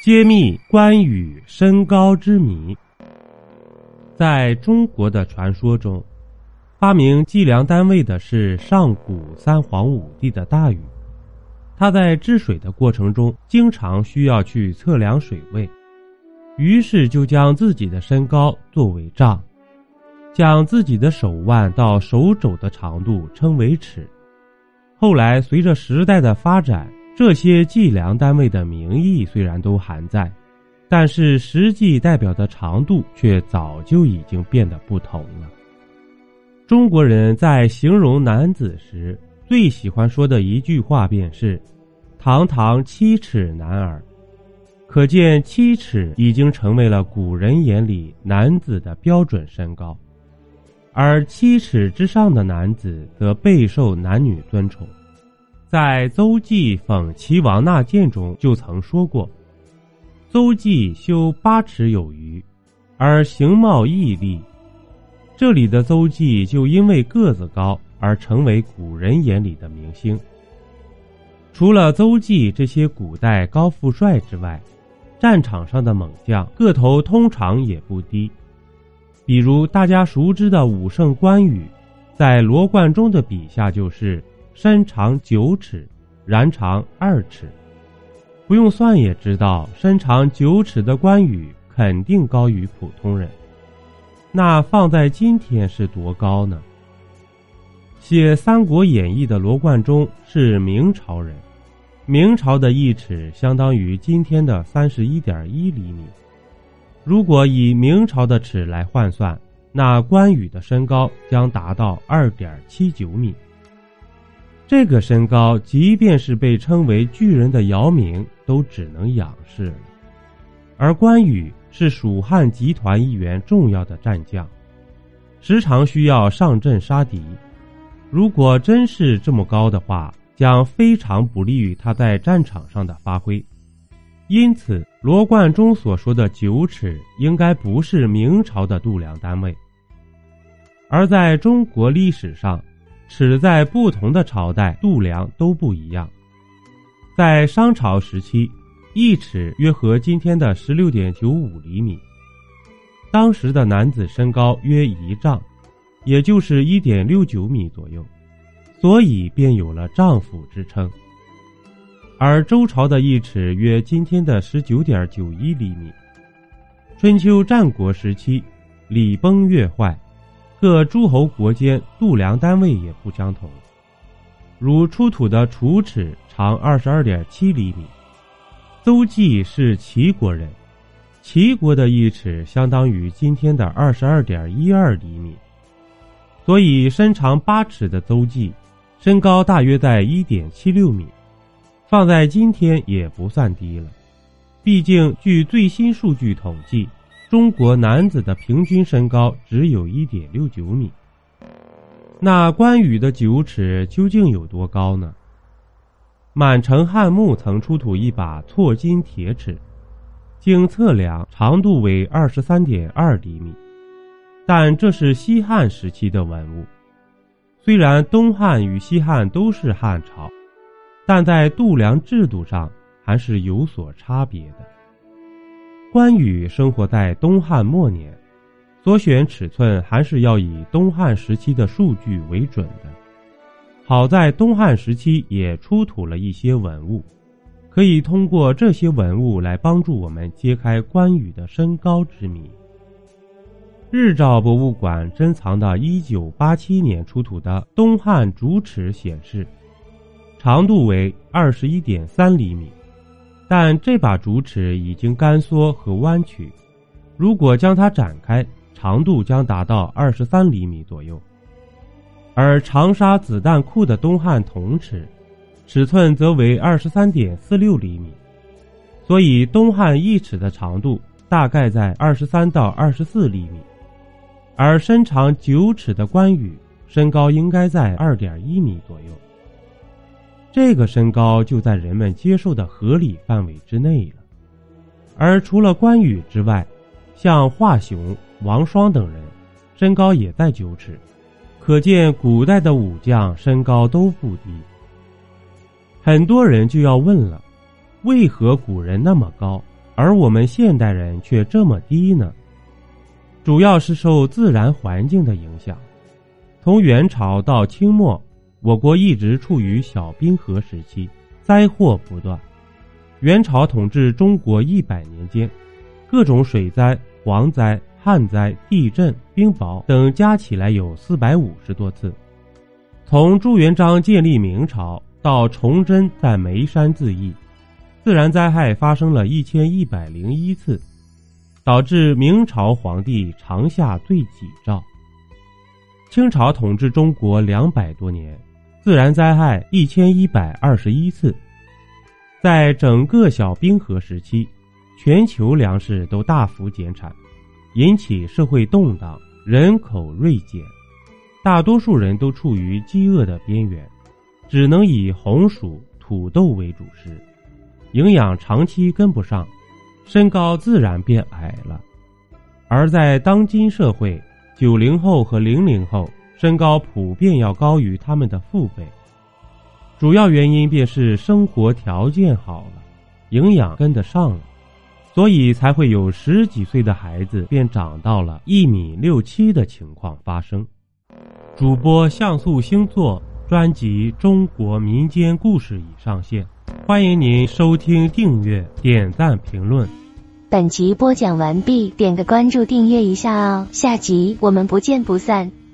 揭秘关羽身高之谜。在中国的传说中，发明计量单位的是上古三皇五帝的大禹。他在治水的过程中经常需要去测量水位，于是就将自己的身高作为丈，将自己的手腕到手肘的长度称为尺。后来随着时代的发展，这些计量单位的名义虽然都还在，但是实际代表的长度却早就已经变得不同了。中国人在形容男子时最喜欢说的一句话便是堂堂7尺男儿，可见7尺已经成为了古人眼里男子的标准身高，而7尺之上的男子则备受男女尊崇。在邹忌讽齐王纳谏中就曾说过，邹忌修8尺有余，而形貌毅力。这里的邹忌就因为个子高而成为古人眼里的明星。除了邹忌这些古代高富帅之外，战场上的猛将个头通常也不低。比如大家熟知的武圣关羽，在罗贯中的笔下就是身长9尺，髯长2尺。不用算也知道，身长9尺的关羽肯定高于普通人。那放在今天是多高呢？写《三国演义》的罗贯中是明朝人，明朝的1尺相当于今天的31.1厘米。如果以明朝的尺来换算，那关羽的身高将达到2.79米。这个身高即便是被称为巨人的姚明都只能仰视了。而关羽是蜀汉集团一员重要的战将，时常需要上阵杀敌。如果真是这么高的话，将非常不利于他在战场上的发挥。因此罗贯中所说的9尺应该不是明朝的度量单位。而在中国历史上，尺在不同的朝代度量都不一样。在商朝时期，1尺约合今天的16.95厘米。当时的男子身高约1丈，也就是 1.69米左右，所以便有了丈夫之称。而周朝的1尺约今天的 19.91厘米。春秋战国时期，礼崩乐坏，各诸侯国间度量单位也不相同。如出土的楚尺长 22.7厘米。邹忌是齐国人，齐国的1尺相当于今天的 22.12厘米。所以身长8尺的邹忌，身高大约在 1.76米，放在今天也不算低了。毕竟据最新数据统计，中国男子的平均身高只有 1.69米。那关羽的9尺究竟有多高呢？满城汉墓曾出土一把错金铁尺，经测量长度为 23.2厘米，但这是西汉时期的文物。虽然东汉与西汉都是汉朝，但在度量制度上还是有所差别的。关羽生活在东汉末年，所选尺寸还是要以东汉时期的数据为准的。好在东汉时期也出土了一些文物，可以通过这些文物来帮助我们揭开关羽的身高之谜。日照博物馆珍藏的1987年出土的东汉竹尺显示，长度为 21.3厘米，但这把竹尺已经干缩和弯曲，如果将它展开，长度将达到23厘米左右。而长沙子弹库的东汉铜尺，尺寸则为 23.46厘米，所以东汉1尺的长度大概在23到24厘米，而身长9尺的关羽身高应该在 2.1米左右。这个身高就在人们接受的合理范围之内了。而除了关羽之外，像华雄、王双等人身高也在9尺，可见古代的武将身高都不低。很多人就要问了，为何古人那么高， 而我们现代人却这么低呢？主要是受自然环境的影响。从元朝到清末，我国一直处于小冰河时期，灾祸不断。元朝统治中国100年间，各种水灾、蝗灾、旱灾、地震、冰雹等加起来有450多次。从朱元璋建立明朝到崇祯在眉山自缢，自然灾害发生了1101次，导致明朝皇帝长夏罪己诏。清朝统治中国200多年，自然灾害1121次。在整个小冰河时期，全球粮食都大幅减产，引起社会动荡，人口锐减，大多数人都处于饥饿的边缘，只能以红薯、土豆为主食，营养长期跟不上，身高自然变矮了。而在当今社会，90后和00后身高普遍要高于他们的父辈，主要原因便是生活条件好了，营养跟得上了，所以才会有10几岁的孩子便长到了1.67米的情况发生。主播像素星座专辑《中国民间故事》已上线，欢迎您收听、订阅、点赞、评论。 本集播讲完毕，点个关注订阅一下哦，下集我们不见不散。